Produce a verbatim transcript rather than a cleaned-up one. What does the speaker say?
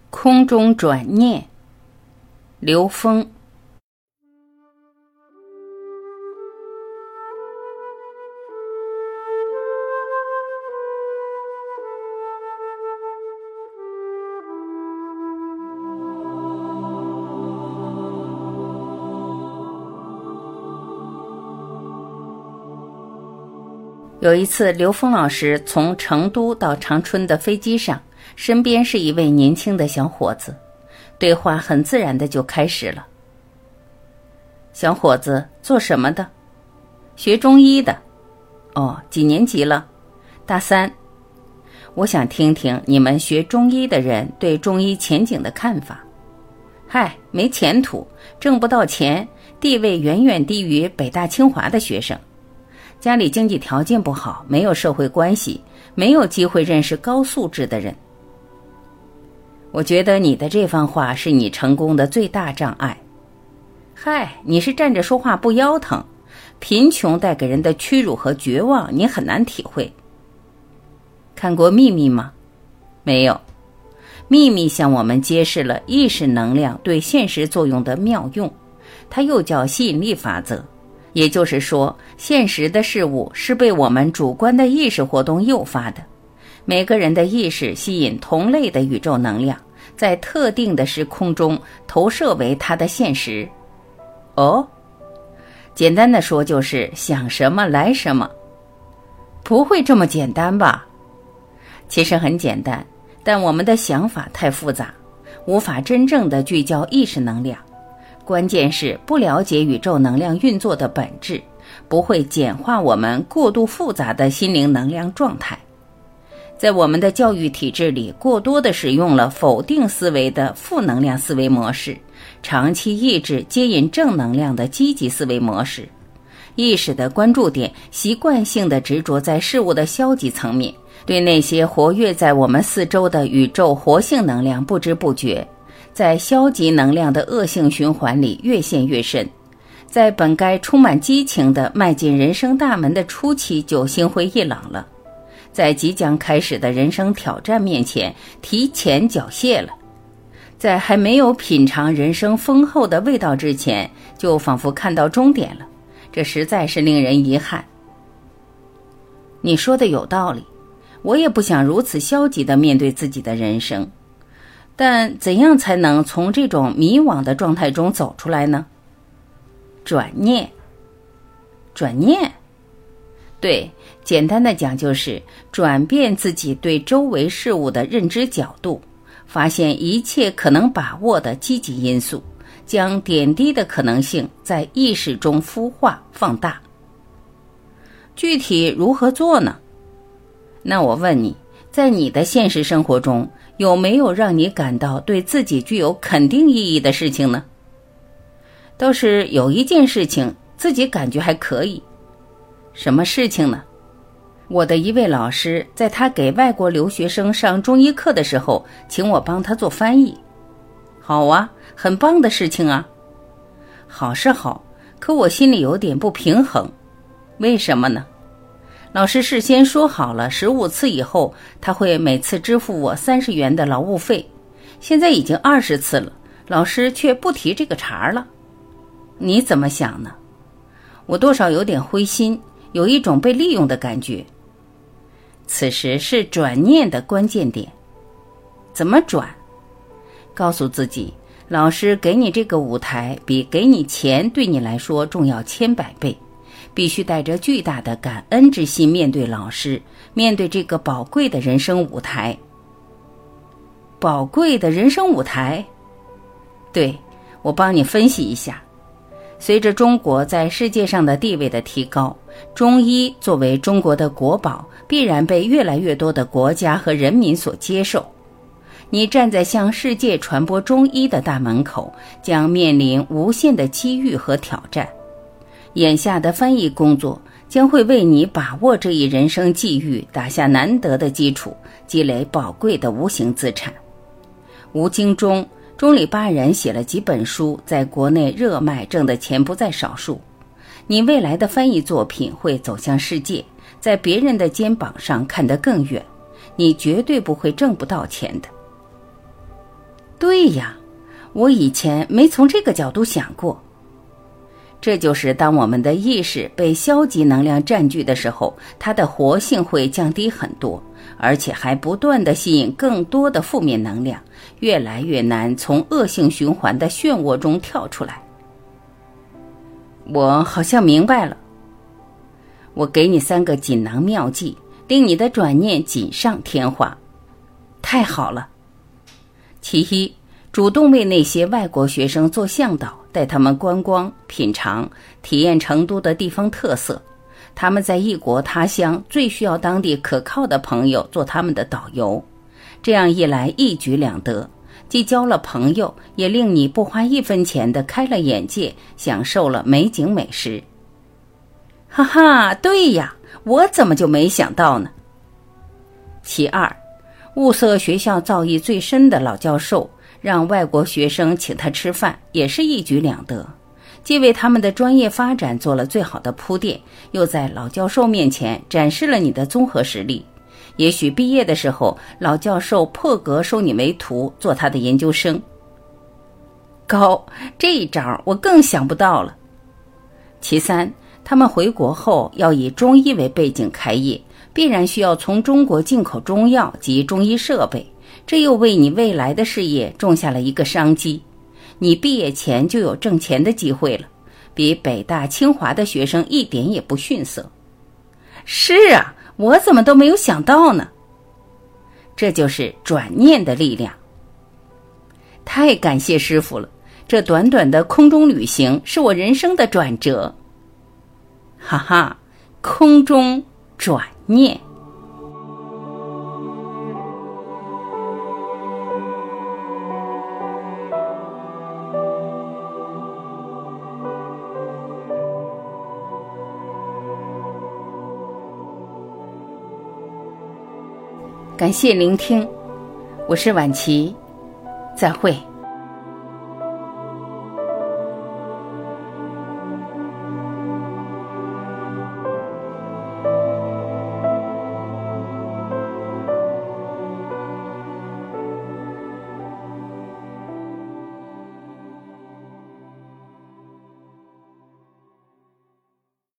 空中转念，刘峰。有一次，刘峰老师从成都到长春的飞机上，身边是一位年轻的小伙子，对话很自然的就开始了。小伙子，做什么的？学中医的。哦，几年级了？大三。我想听听你们学中医的人对中医前景的看法。嗨，没前途，挣不到钱，地位远远低于北大清华的学生。家里经济条件不好，没有社会关系，没有机会认识高素质的人。我觉得你的这番话是你成功的最大障碍。嗨，你是站着说话不腰疼，贫穷带给人的屈辱和绝望你很难体会。看过《秘密》吗？没有。《秘密》向我们揭示了意识能量对现实作用的妙用，它又叫吸引力法则。也就是说，现实的事物是被我们主观的意识活动诱发的。每个人的意识吸引同类的宇宙能量，在特定的时空中投射为它的现实。哦，简单的说就是想什么来什么。不会这么简单吧？其实很简单，但我们的想法太复杂，无法真正的聚焦意识能量。关键是不了解宇宙能量运作的本质，不会简化我们过度复杂的心灵能量状态。在我们的教育体制里，过多的使用了否定思维的负能量思维模式，长期抑制接引正能量的积极思维模式。意识的关注点习惯性的执着在事物的消极层面，对那些活跃在我们四周的宇宙活性能量不知不觉，在消极能量的恶性循环里越陷越深，在本该充满激情的迈进人生大门的初期就心灰意冷了，在即将开始的人生挑战面前提前缴械了，在还没有品尝人生丰厚的味道之前就仿佛看到终点了，这实在是令人遗憾。你说的有道理，我也不想如此消极地面对自己的人生，但怎样才能从这种迷惘的状态中走出来呢？转念。转念？对，简单的讲就是转变自己对周围事物的认知角度，发现一切可能把握的积极因素，将点滴的可能性在意识中孵化放大。具体如何做呢？那我问你，在你的现实生活中，有没有让你感到对自己具有肯定意义的事情呢？倒是有一件事情自己感觉还可以。什么事情呢？我的一位老师在他给外国留学生上中医课的时候，请我帮他做翻译。好啊，很棒的事情啊。好是好，可我心里有点不平衡。为什么呢？老师事先说好了，十五次以后他会每次支付我三十元的劳务费，现在已经二十次了，老师却不提这个茬了。你怎么想呢？我多少有点灰心，有一种被利用的感觉。此时是转念的关键点。怎么转？告诉自己，老师给你这个舞台比给你钱对你来说重要千百倍，必须带着巨大的感恩之心面对老师，面对这个宝贵的人生舞台。宝贵的人生舞台？对，我帮你分析一下。随着中国在世界上的地位的提高，中医作为中国的国宝，必然被越来越多的国家和人民所接受。你站在向世界传播中医的大门口，将面临无限的机遇和挑战。眼下的翻译工作将会为你把握这一人生际遇打下难得的基础，积累宝贵的无形资产。吴京中中里巴人写了几本书，在国内热卖，挣的钱不在少数。你未来的翻译作品会走向世界，在别人的肩膀上看得更远，你绝对不会挣不到钱的。 对呀，我以前没从这个角度想过。这就是当我们的意识被消极能量占据的时候，它的活性会降低很多，而且还不断地吸引更多的负面能量，越来越难从恶性循环的漩涡中跳出来。我好像明白了。我给你三个锦囊妙计，令你的转念锦上添花。太好了。其一，主动为那些外国学生做向导，带他们观光、品尝、体验成都的地方特色。他们在异国他乡最需要当地可靠的朋友做他们的导游。这样一来一举两得，既交了朋友，也令你不花一分钱的开了眼界，享受了美景美食。哈哈，对呀，我怎么就没想到呢？其二，物色学校造诣最深的老教授，让外国学生请他吃饭，也是一举两得，既为他们的专业发展做了最好的铺垫，又在老教授面前展示了你的综合实力。也许毕业的时候，老教授破格收你为徒，做他的研究生。高，这一招我更想不到了。其三，他们回国后要以中医为背景开业，必然需要从中国进口中药及中医设备，这又为你未来的事业种下了一个商机。你毕业前就有挣钱的机会了，比北大清华的学生一点也不逊色。是啊，我怎么都没有想到呢？这就是转念的力量。太感谢师父了，这短短的空中旅行是我人生的转折。哈哈，空中转念。感谢聆听，我是婉琪，再会。